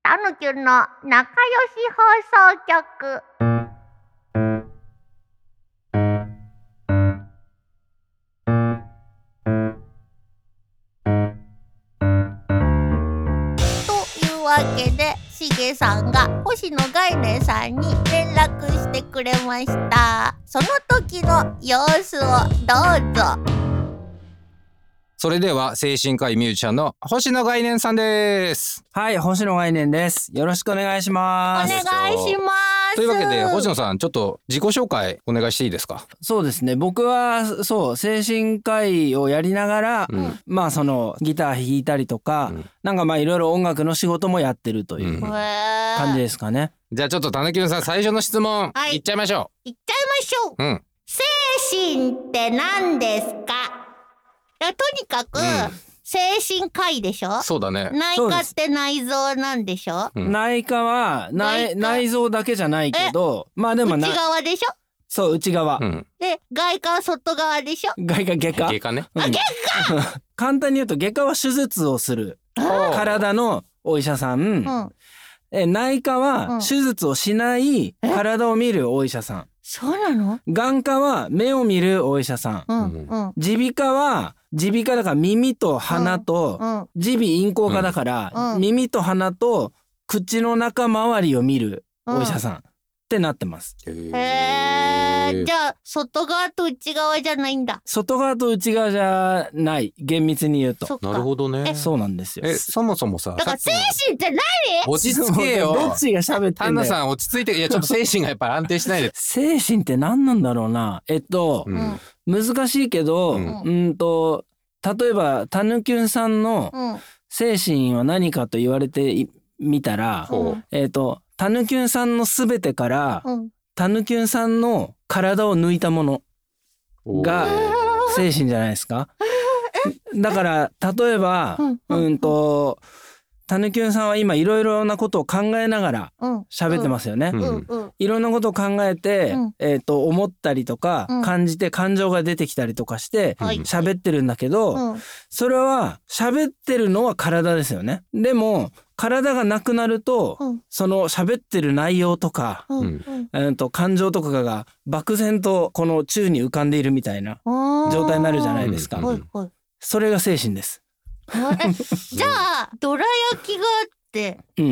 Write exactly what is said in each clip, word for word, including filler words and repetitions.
たぬきゅんの仲良し放送局。というわけで、しげさんが星野概念さんに連絡してくれました。その時の様子をどうぞ。 それでは精神科医ミュージシャンの星野概念さんです。 はい、星野概念です。よろしくお願いします。 お願いします。 というわけで星野さん、ちょっと自己紹介お願いしていいですか？ そうですね、僕はそう精神科医をやりながら、 うん、 まあそのギター弾いたりとか、うん、なんかまあいろいろ音楽の仕事もやってるという感じですかね。 うん、じゃあちょっとたぬきゅんさん、最初の質問、はい、いっちゃいましょう。いっちゃいましょう。うん、精神って何ですか？いや、とにかく、うん、精神科医でしょ。 そうだね。 内科って内臓なんでしょ。 うん、内科は 内, 内臓だけじゃないけど、まあでも内側でしょ。 そう、内側、うん、 で外科は外側でしょ。 外科外科外科ね、 うん、あ、外科簡単に言うと外科は手術をする体のお医者さん、うん、え内科は手術をしない体を見るお医者さん。 そうなの？ 眼科は目を見るお医者さん、うん、耳鼻科は耳鼻科だから耳と鼻と、耳鼻咽喉科だから、うん、耳と鼻と口の中周りを見るお医者さんってなってます。 へー、じゃあ外側と内側じゃないんだ。 外側と内側じゃない、厳密に言うと。 なるほどね。 そうなんですよ。 え、そもそもさ、 だから精神って何？ 落ち着けよ。 どっちが喋ってんだよ。 タンナさん落ち着いて。いや、ちょっと精神がやっぱり安定しないで。 精神って何なんだろうな。えっと、うん、難しいけど、うん、うんと例えばたぬきゅんさんの精神は何かと言われてみたら、うん、えっとたぬきゅんさんのすべてからたぬきゅんさんの体を抜いたものが精神じゃないですか。だから例えば、うんとたぬきゅんさんは今いろいろなことを考えながら喋ってますよね。うんうん、いろんなことを考えて、うん、えーと思ったりとか、うん、感じて感情が出てきたりとかして喋ってるんだけど、うん、それは喋ってるのは体ですよね。でも体がなくなると、うん、その喋ってる内容とか、うんえー、と感情とかが漠然とこの宙に浮かんでいるみたいな状態になるじゃないですか。うんうん、それが精神です。 じゃあどら焼きがあって、うん、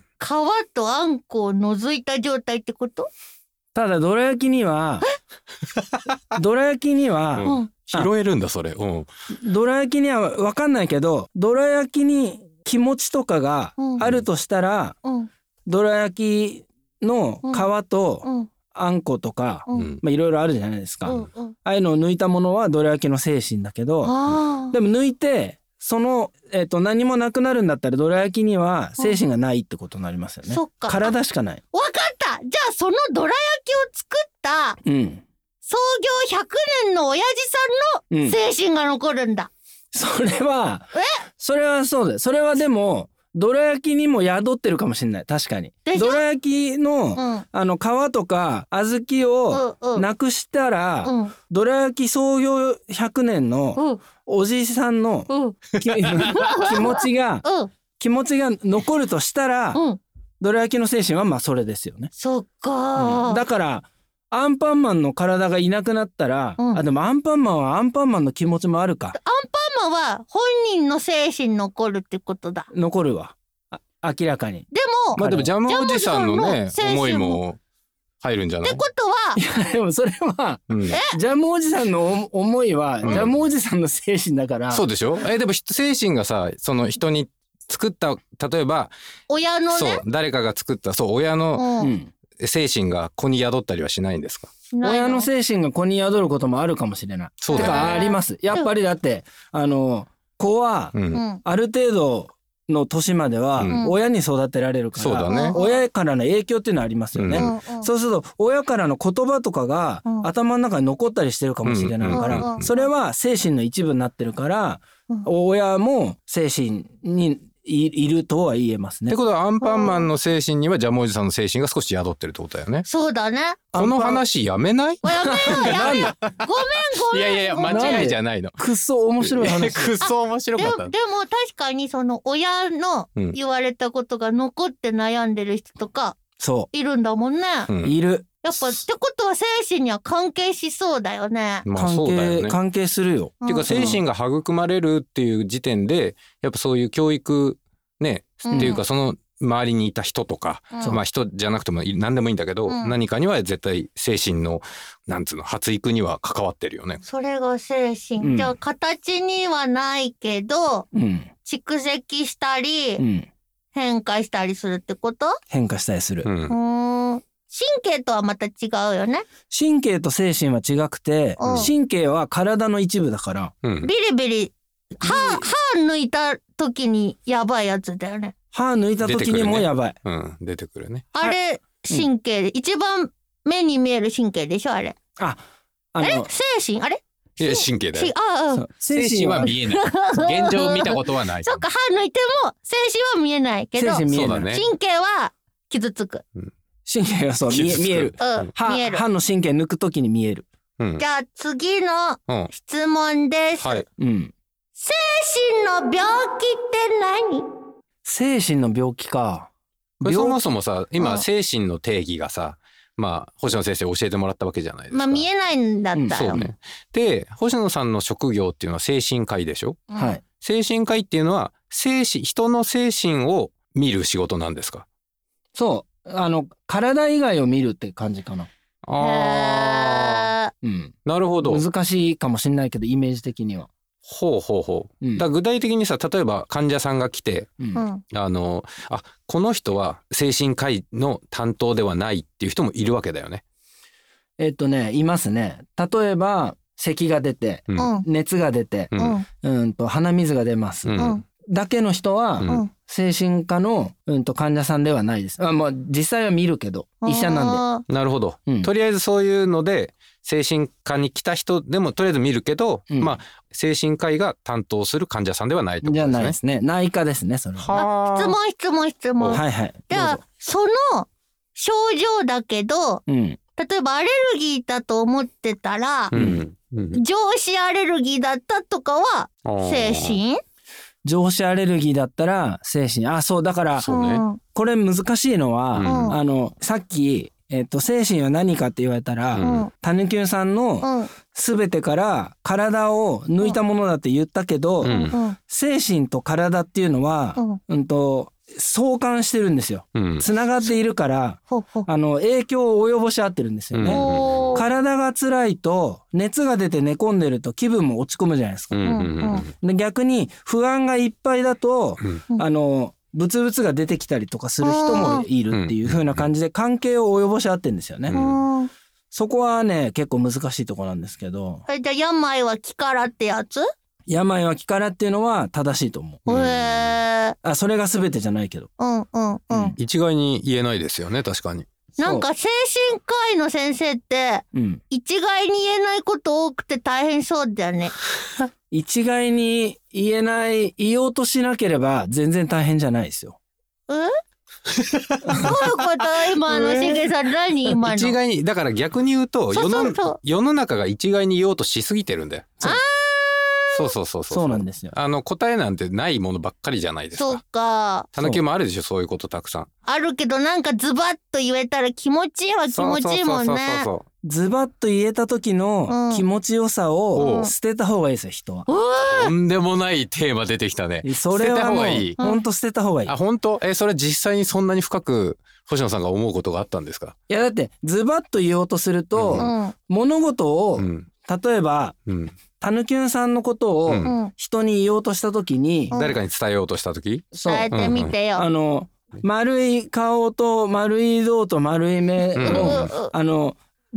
皮とあんこを除いた状態ってこと？ ただどら焼きにはどら焼きには、 うん、拾えるんだそれ、うん、 どら焼きには分かんないけど、どら焼きに気持ちとかがあるとしたら、うん、どら焼きの皮とあんことか、うん、まあいろいろあるじゃないですか、うんうん、ああいうのを抜いたものはどら焼きの精神だけど、でも抜いてその、えーと、何もなくなるんだったらどら焼きには精神がないってことになりますよね。そっか、体しかない。 わかった。じゃあそのどら焼きを作った、うん、創業ひゃくねんの親父さんの精神が残るんだ、 うん、それはえそれはそうだよ。それはでもどら焼きにも宿ってるかもしれない。確かにどら焼きの、うん、あの皮とか小豆をなくしたら、うんうん、どら焼き創業ひゃくねんのおじいさんの、うん、気持ちが、うん、気持ちが残るとしたら、うん、どら焼きの精神はまあそれですよね。 そっか、 うん、だからアンパンマンの体がいなくなったら、うん、あでもアンパンマンはアンパンマンの気持ちもあるか。 アンパンマンは本人の精神残るってことだ。 残るわ、あ明らかに。 でもまあでもジャムおじさんのね思いも入るんじゃない？ ってことは、 いやでもそれは、うん、ジャムおじさんの思いは、うん、ジャムおじさんの精神だから。 そうでしょ。えでも精神がさ、その人に作った例えば親のね、 そう誰かが作ったそう親の、うん精神が子に宿ったりはしないんですか？ 親の精神が子に宿ることもあるかもしれない。 そうだね。 てかあります。やっぱりだってあの子は、うん、ある程度の年までは、うん、親に育てられるから、そうだね、親からの影響っていうのはありますよね、うん、そうすると親からの言葉とかが、うん、頭の中に残ったりしてるかもしれないから、うん、それは精神の一部になってるから、うん、親も精神にい, いるとは言えますね。 ってことはアンパンマンの精神にはジャムおじさんの精神が少し宿ってるってことだよね。 そうだね。 この話やめない？ やめようやめよう。ごめんごめん。 いやいやいや間違いじゃないの。 くっそ面白い話。 くっそ面白かった。 でも、でも確かにその親の言われたことが残って悩んでる人とかいるんだもんね。 うん、いる。 やっぱってことは精神には関係しそうだよね。 まあそうだよね。 関係するよ。 っていうか精神が育まれるっていう時点でやっぱそういう教育ね、うん、っていうかその周りにいた人とか、うん、まあ人じゃなくても何でもいいんだけど、うん、何かには絶対精神のなんつうの発育には関わってるよね。 それが精神、うん、じゃあ形にはないけど、うん、蓄積したり、うん、変化したりするってこと？ 変化したりする。うん、 うん神経とはまた違うよね。 神経と精神は違くて、うん、神経は体の一部だから、 うん、ビリビリ歯、歯抜いた時にやばいやつだよね。 歯抜いた時にもやばい。 出てくるね。うん、出てくるね。 あれ神経で、うん、一番目に見える神経でしょあれ。 あ、あのあれ精神あれ？ いや神経だよ。 ああ精神は見えない。現状見たことはない。 そっか歯抜いても精神は見えないけど、 見えない。 神経は傷つく。 うん、神経はそう見え、見える。うん、歯、見える。歯の神経抜くときに見える。 うん、じゃあ次の質問です。うん、はい。うん。精神の病気って何？ 精神の病気か。 これそもそもさ、今精神の定義がさ、まあ星野先生教えてもらったわけじゃないですか。 まあ見えないんだったよ。 そうね。で、星野さんの職業っていうのは精神科医でしょ？ はい。 精神科医っていうのは精神、人の精神を見る仕事なんですか？ そう。あの体以外を見るって感じかな。 ああ、うん、なるほど。 難しいかもしれないけどイメージ的には。 ほうほうほう。うん、だから具体的にさ、例えば患者さんが来て、うん、あのあこの人は精神科医の担当ではないっていう人もいるわけだよね。 えっとねいますね。例えば咳が出て、うん、熱が出て、うん、うんと鼻水が出ます、うん、だけの人は、うん、精神科の、うん、と患者さんではないです。あ、まあ、実際は見るけど医者なんで。なるほど、うん、とりあえずそういうので精神科に来た人でもとりあえず見るけど、うん、まあ精神科医が担当する患者さんではないってことですね。 じゃないですね。内科ですねそれは。 質問質問質問。 はいはい。 じゃあその症状だけど、うん、例えばアレルギーだと思ってたら、うんうん、上司アレルギーだったとかは精神？ 上司アレルギーだったら精神。あ、そうだから、ね、これ難しいのは、うん、あのさっき、えーと、精神は何かって言われたら、うん、たぬきゅんさんの全てから体を抜いたものだって言ったけど、うん、精神と体っていうのは、うんうんと相関してるんですよ。つながっているから、うん、あの影響を及ぼし合ってるんですよね。うん、体が辛いと熱が出て寝込んでると気分も落ち込むじゃないですか。うんうん、で逆に不安がいっぱいだと、うん、あのブツブツが出てきたりとかする人もいるっていう風な感じで関係を及ぼし合ってるんですよね。うん、そこはね結構難しいところなんですけど。 じゃあ病は気からってやつ？ 病は気からっていうのは正しいと思う。へー。あ、それが全てじゃないけど。 うんうんうん。 一概に言えないですよね、確かに。 なんか精神科医の先生って、うん、一概に言えないこと多くて大変そうだよね。 一概に言えない、言おうとしなければ全然大変じゃないですよ。 え？どういうこと今のしげさん何今の？ 一概にだから逆に言うと世の、世の中が一概に言おうとしすぎてるんだよ。 ああ。 そうそうそうそう。 そうなんですよ。 あの答えなんてないものばっかりじゃないですか。 そうか。 たぬきもあるでしょ、そういうことたくさん。 あるけどなんかズバッと言えたら気持ちいいは気持ちいいもんね。 ズバッと言えた時の気持ちよさを捨てた方がいいですよ、人は。 とんでもないテーマ出てきたね。 それはもう本当捨てた方がいい。 あ、本当？え、それ実際にそんなに深く星野さんが思うことがあったんですか？ いやだってズバッと言おうとすると、うん、物事を、うん、例えば、うんたぬきゅんさんのことを人に言おうとした時に、 うん、誰かに伝えようとした時、 そう伝えてみてよ。 あの丸い顔と丸い胴と丸い目を、うん、あの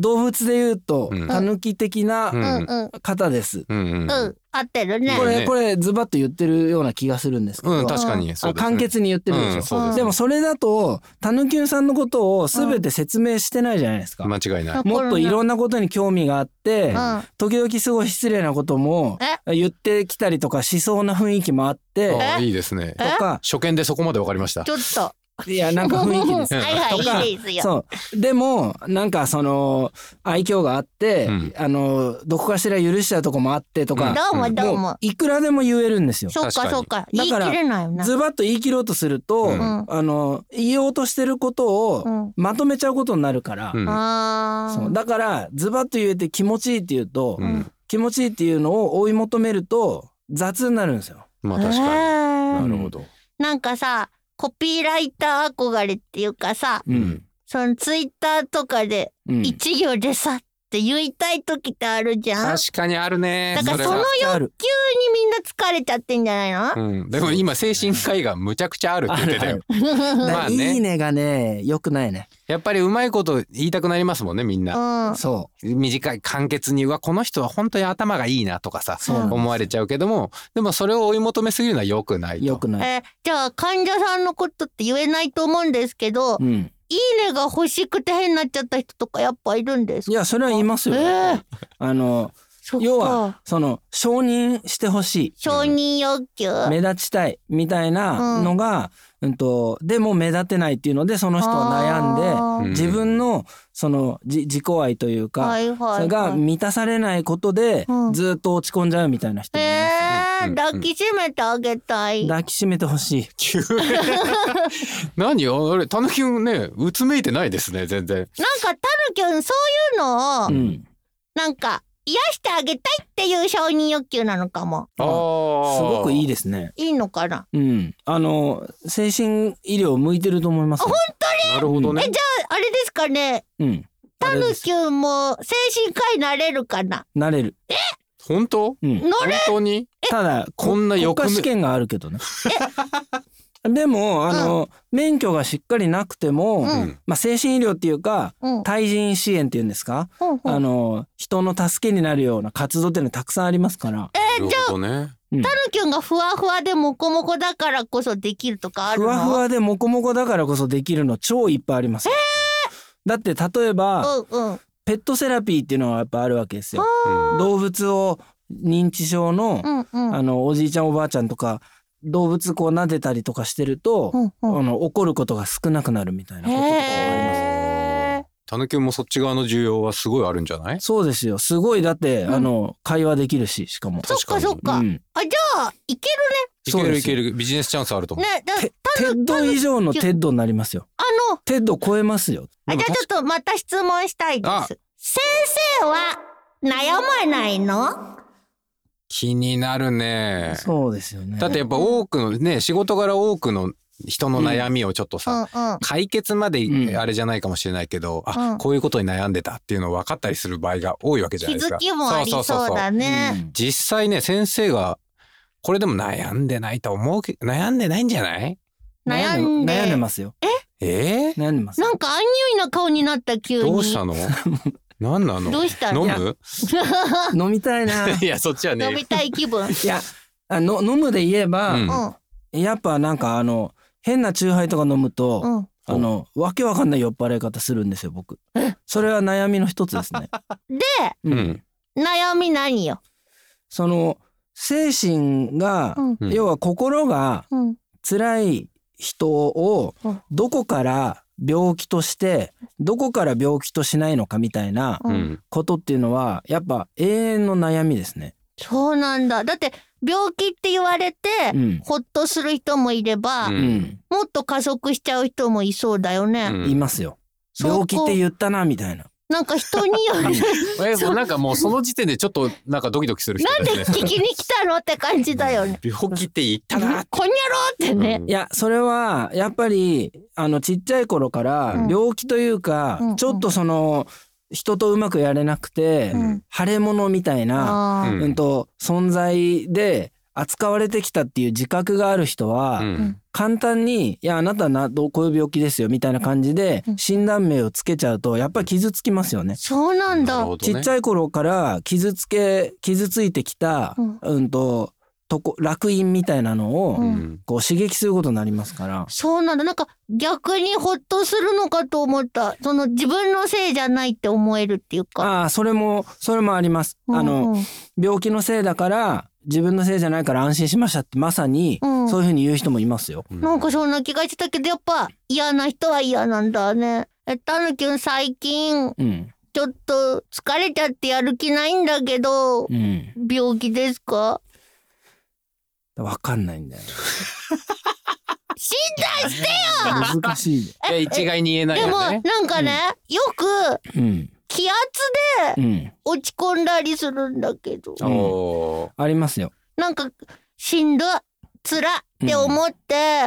動物で言うと、 うんタヌキ的なうんうん方です。 うんうんうん、合ってるね。 これねこれズバッと言ってるような気がするんですけど、 うん、確かにそうですね。 あ簡潔に言ってるでしょ、 うんそうですねでもそれだとタヌキュンさんのことを全て説明してないじゃないですか、 間違いない。 もっといろんなことに興味があって、 うん時々すごい失礼なことも言ってきたりとかしそうな雰囲気もあってあいいですね。 とか、 初見でそこまでわかりました。 ちょっと。 いやなんか雰囲気ですはいはい、 とかいいですよ。 そうでもなんかその愛嬌があって、 うん、 あのどこかしら許しちゃうとこもあってとか、 どうもどうも。 いくらでも言えるんですよ。 そっかそっか。言いだから切れないよな。 ズバッと言い切ろうとすると、 うんあの言おうとしてることをうんまとめちゃうことになるから、 うんあそうだからズバッと言えて気持ちいいって言うと、 うん気持ちいいっていうのを追い求めると雑になるんですよ。 まあ確かに。なるほど。 なんかさ、コピーライター憧れっていうかさ、 うんそのツイッターとかでうん一行でさって言いたい時ってあるじゃん。 確かにあるね。 だかられはそのある急にみんな疲れちゃってんじゃないの？ うん、でも今精神科医がむちゃくちゃあるって言ってたよ。まあいいね、 ねがね良くないね。 やっぱりうまいこと言いたくなりますもんね、みんな。 うん。 そ短い簡潔にはこの人は本当に頭がいいなとかさそうなんです思われちゃうけども、でもそれを追い求めすぎるのは良くないうと。 良くない。 えーじゃあ患者さんのことって言えないと思うんですけど、 うん、 いいねが欲しくて変になっちゃった人とかやっぱいるんですか？ いやそれは言いますよ。 えーあのそっか。 要はその承認してほしい。 承認欲求。 目立ちたいみたいなのが、うんとでも目立てないっていうのでその人は悩んで、 あー自分のそのじ自己愛というか、 はいはいはいそれが満たされないことで、 うんずっと落ち込んじゃうみたいな人もいます、 えー、 うん抱きしめてあげたい。 抱きしめてほしい。 急に何よあれ、たぬきんね、うつめいてないですね、全然。 なんかたぬきゅんそういうのを、 うん、 なんか癒してあげたいっていう承認欲求なのかも。 ああ、 すごくいいでですね。 いいのかな。 うん、あの精神医療向いてると思いますよ。 す。なるほどね。 えじゃああれですかね。 うん、 たぬきゅんも精神科医なれるかな。 なれる。 本当？ うん、 な本当に？ ただこんな国欲目家試験があるけどね。でもあの、免許がしっかりなくても、 うんまあ、精神医療っていうかうん。 対人支援っていうんですか、 ほうほうあの人の助けになるような活動っていうのたくさんありますから。 なるほどね。 うんたぬきゅんがふわふわでモコモコだからこそできるとかあるの？ ふわふわでモコモコだからこそできるの超いっぱいあります。だって例えば、 うんうん。 ペットセラピーっていうのはやっぱあるわけですよ。 うん動物を認知症の、 うんうん。 あのおじいちゃんおばあちゃんとか動物こう撫でたりとかしてると、 うんうんあの怒ることが少なくなるみたいなこととかもあります。 へー。 たぬきんもそっち側の需要はすごいあるんじゃない？ そうですよ。すごいだって、 うんあの会話できるし、しかも。 そっかそっか。 うんあじゃあいけるいそうですけるいける、ビジネスチャンスあると思う。 ね。ねだテテッド以上のテッドになりますよ。 あのテッド超えますよ。 あじゃあちょっとまた質問したいであす。先生は悩まないの？ 気になるね。 そうですよね。 だってやっぱ多くのね、仕事柄多くの人の悩みをちょっとうさ、 んうん。 解決までうんあれじゃないかもしれないけど、 うんあ、こういうことに悩んでたっていうの分かったりする場合が多いわけじゃな気いですか。 づきもありそうだね。 うん実際ね、先生がこれでも悩んでないと思うけど、悩んでないんじゃない？ 悩んで悩んでますよ。 えー、 悩んでます。 なんかアンニュイな顔になった急に。 どうしたの？何なの？ どうしたの？ 飲む？ 飲みたいな。 いや、そっちはね。 飲みたい気分。 いや、あの飲むで言えば、 うんうんやっぱなんかあの変なチューハイとか飲むと、 うん。 あのわけわかんない酔っ払い方するんですよ僕。それは悩みの一つですね。 でううんん。 悩み何よ？ その精神が、 うんうん要は心がうん辛い人をうんどこから病気としてどこから病気としないのかみたいなう。 うんん。 ことっていうのはやっぱ永遠の悩みですね。 そうなんだ。だって病気って言われて、 うんほっとする人もいれば、 うんうん、 もっと加速しちゃう人もいそうだよね。 うんいますよ。 そこ病気って言ったなみたいな。 なんか人による。 え、もうなんかもうその時点でちょっとなんかドキドキする人なんでですね。 聞きに来たのって感じだよね。 病気って言ったなって。 こんにゃろってね。 うんいやそれはやっぱりあのちっちゃい頃からうん病気というか、 うんちょっとその人とうまくやれなくて、 うん腫れ物みたいな、 あーうんうんと存在で扱われてきたっていう自覚がある人は、うん、簡単にいやあなたはなどうこういう病気ですよみたいな感じで診断名をつけちゃうとやっぱり傷つきますよね。 そうなんだ、ね、 ちっちゃい頃から傷つけ傷ついてきた、うん、うんととこ烙印みたいなのを、うん、こう刺激することになりますから。 そうなんだ。なんか逆にホッとするのかと思った。その自分のせいじゃないって思えるっていうか。 ああ、それもそれもあります、うんうん、あの病気のせいだから自分のせいじゃないから安心しましたってまさに、うん、そういう風に言う人もいますよ、 うん、なんかそんな気がしてたけどやっぱ嫌な人は嫌なんだね。えたぬきゅん最近、うん、ちょっと疲れちゃってやる気ないんだけど、うん、病気ですか？ わかんないんだよ診断してよ難しい。いや一概に言えないよね。 でもなんかね、うん、よく、うん、気圧で落ち込んだりするんだけど、 うん、ありますよ。 なんかしんどいつらって思って、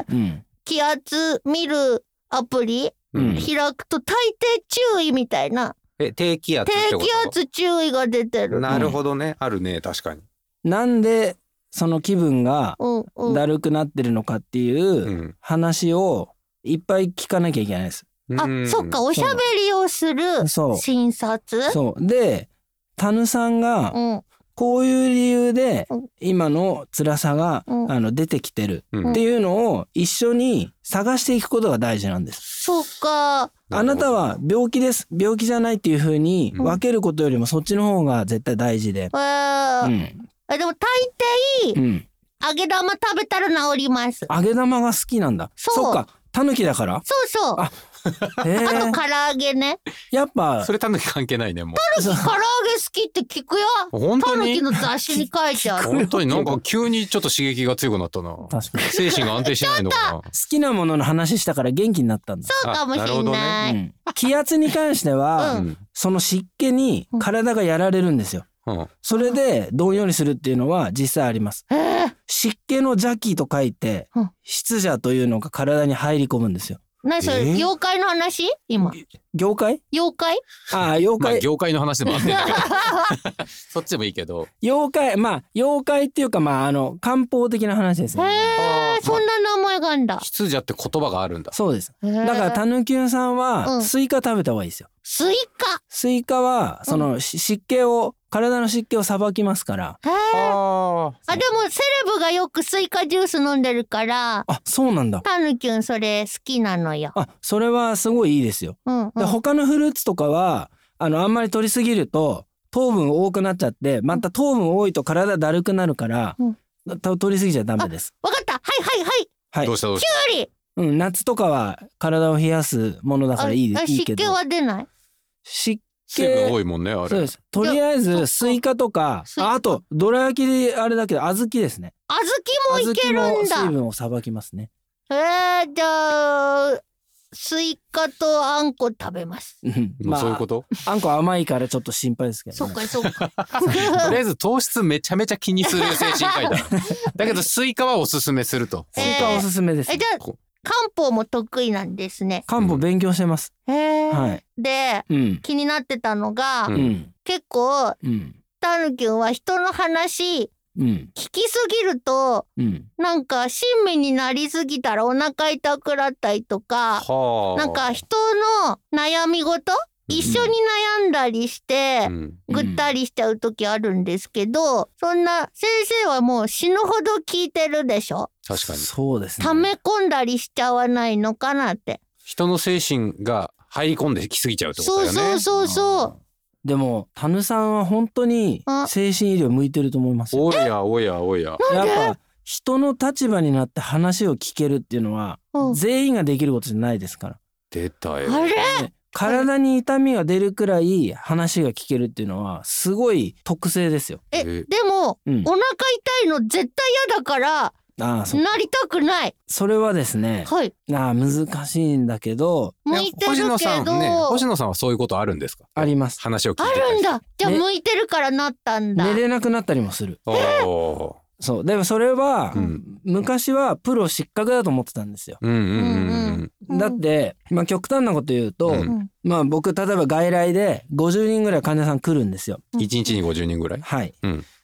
うん、気圧見るアプリ、うん、開くと大抵注意みたいな、 え低気圧ってこと？ 低気圧注意が出てる。 なるほどね、うん、あるね確かに。 なんでその気分がだるくなってるのかっていう話をいっぱい聞かなきゃいけないです。 あ、そっか、おしゃべりをする診察。 そうで、タヌさんがこういう理由で今の辛さが、うん、あの出てきてるっていうのを一緒に探していくことが大事なんです。 そっか。 あなたは病気です病気じゃないっていう風に分けることよりもそっちの方が絶対大事で、うんうんえでも大抵、うん、揚げ玉食べたら治ります。 揚げ玉が好きなんだ。そう。そっか、タヌキだから。 そうそう。あ、へー、あと唐揚げね。 やっぱそれタヌキ関係ないね。もうタヌキ唐揚げ好きって聞くよ。 本当にタヌキの雑誌に書いてある。 本当になんか急にちょっと刺激が強くなったな。確かに精神が安定してないのかな。 好きなものの話したから元気になったんだ。 そうかもしれない、 ねうん、気圧に関しては、うん、その湿気に体がやられるんですよ。うん、それでどんよりするっていうのは実際あります。湿気の邪気と書いて、うん、湿邪というのが体に入り込むんですよ。 何それ、えー、妖怪の話？今業界？ 妖怪？ ああ妖怪、 まあ、業界の話でもあってんだけどそっちでもいいけど妖怪、まあ妖怪っていうかまああの漢方的な話ですね。 へー、そんな名前があるんだ。 湿邪って言葉があるんだ。 そうです。だからタヌキュンさんはスイカ食べた方がいいですよ。 スイカ？ スイカはその、うん、湿気を体の湿気をさばきますから。 へー。あ、でもセレブがよくスイカジュース飲んでるから。 あ、そうなんだ。 タヌキュンそれ好きなのよ。 あ、それはすごいいいですよ。うんうん、で他のフルーツとかはあのあんまり取りすぎると糖分多くなっちゃってまた糖分多いと体だるくなるから、うん、取りすぎちゃダメです。 わかった。はいはいはい。 はい。どうしたどうした。 キュウリ。 うん、夏とかは体を冷やすものだからいいです。いいけど。 湿気は出ない？ 湿水分多いもんねあれ。 そうです。とりあえずスイカとか、あ、あとどら焼きであれだけど小豆ですね。 小豆もいけるんだ。小豆も水分をさばきますね。 えー、じゃあスイカとあんこ食べます。 まあ、そういうこと？ あんこ甘いからちょっと心配ですけど、 ね。そっかそっか。 とりあえず糖質めちゃめちゃ気にする精神科医だ。だけどスイカはおすすめすると。 スイカはおすすめです、ね。 えー、じゃあ漢方も得意なんですね。 漢方勉強してます。 へー、はい。で、うん、気になってたのが、うん、結構、うん、タヌキュンは人の話、うん、聞きすぎると、うん、なんか親身になりすぎたらお腹痛くなったりとか、うん、なんか人の悩み事、一緒に悩んだりして、うん、ぐったりしちゃう時あるんですけど、うん、そんな先生はもう死ぬほど聞いてるでしょ。 確かにそうですね。 溜め込んだりしちゃわないのかなって。 人の精神が入り込んできすぎちゃうってことだよね。 そうそうそうそう。 でもタヌさんは本当に精神医療向いてると思いますよ。 おやおやおや。 やっぱ人の立場になって話を聞けるっていうのは、うん、全員ができることじゃないですから。 出たよ。 あれ？ 体に痛みが出るくらい話が聞けるっていうのはすごい特性ですよ。 え、でも、うん、お腹痛いの絶対嫌だからああ、そうなりたくない。 それはですね、はい、ああ難しいんだけど、 向いてるけど、星野さんね、 星野さんはそういうことあるんですか？ あります。 話を聞いてあるんだ。じゃあ、ね、向いてるからなったんだ。 寝れなくなったりもする。おそうでもそれは、うん、昔はプロ失格だと思ってたんですよ。うんうんうん、だって、まあ、極端なこと言うと、うん、まあ僕例えば外来でごじゅうにんぐらい患者さん来るんですよ。 いちにちにごじゅうにんぐらい。 はい、うん、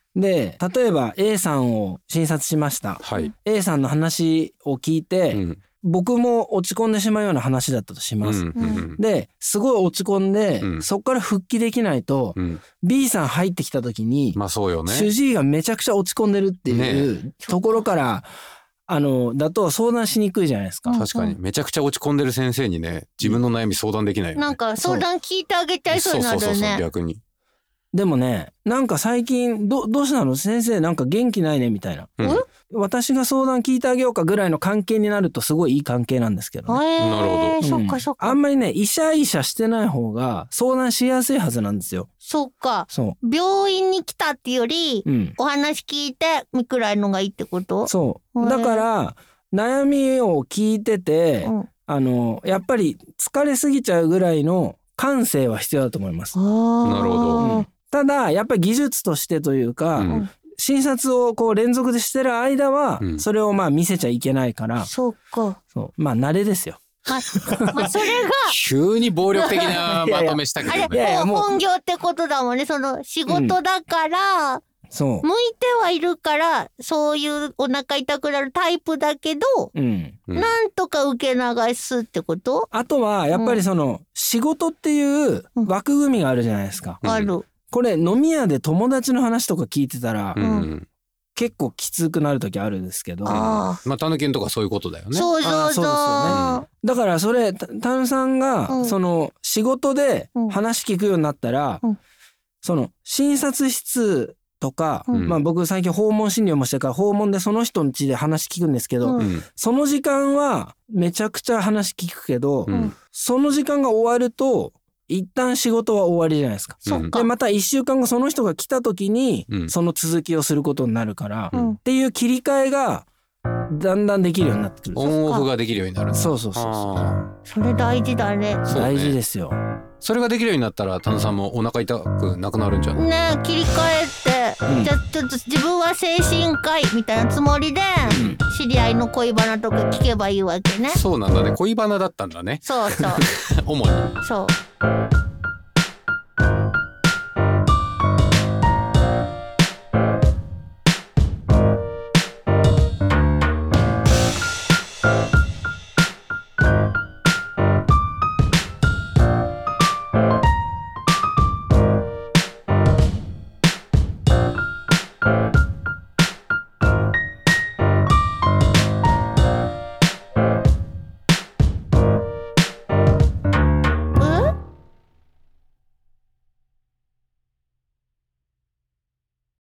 で例えば A さんを診察しました、 はい、 A さんの話を聞いて、うん、僕も落ち込んでしまうような話だったとします、うんうんうん、ですごい落ち込んで、うん、そこから復帰できないと、うん、B さん入ってきた時に、 まあそうよね、 主治医がめちゃくちゃ落ち込んでるっていうところから、ね、あのだと相談しにくいじゃないですか。 確かにめちゃくちゃ落ち込んでる先生にね自分の悩み相談できないよね。 なんか相談聞いてあげちゃいそうになるよね。 そうそうそうそう、逆に。 でもね、なんか最近 ど, どうしたの先生、なんか元気ないねみたいな、うん、私が相談聞いてあげようかぐらいの関係になるとすごいいい関係なんですけどね。 えー、 なるほど、 うん、そっかそっか。 あんまりねイシャイシャしてない方が相談しやすいはずなんですよ。 そっか。 そう病院に来たっていうより、うん、お話聞いてみくらいのがいいってこと。 そうだから悩みを聞いてて、うん、あのやっぱり疲れすぎちゃうぐらいの感性は必要だと思います。 なるほど、うん、ただやっぱり技術としてというか、うん、診察をこう連続でしてる間はそれをまあ見せちゃいけないから、うん、 そうか、 そうまあ慣れですよ。 まあ、まあそれが急に暴力的なまとめしたけどね。 いやいや、あれもう本業ってことだもんね。その仕事だから、うん、そう向いてはいるからそういうお腹痛くなるタイプだけど、うん、なんとか受け流すってこと。 あとはやっぱりその、うん、仕事っていう枠組みがあるじゃないですか、 うん、ある。 これ飲み屋で友達の話とか聞いてたら、うん、結構きつくなる時あるんですけど、 あまあタヌキンとかそういうことだよね。 そうそうそう、そうですよね。だからそれタヌさんが、うん、その仕事で話聞くようになったら、うん、その診察室とか、うん、まあ僕最近訪問診療もしてから訪問でその人の家で話聞くんですけど、うん、その時間はめちゃくちゃ話聞くけど、うん、その時間が終わると一旦仕事は終わりじゃないですか。 うん、 でまたいっしゅうかんごその人が来た時に、うん、その続きをすることになるから、うん、っていう切り替えがだんだんできるようになってくる。 オンオフができるようになる。 そうそうそうそう。 それ大事だね。 大事ですよ。 それができるようになったらタヌさんもお腹痛くなくなるんじゃない？ ねえ、切り替えて、うん、じゃあちょっと自分は精神科医みたいなつもりで、うん、知り合いの恋バナとか聞けばいいわけね。 そうなんだね。恋バナだったんだね。 そうそう。 主に。 そう。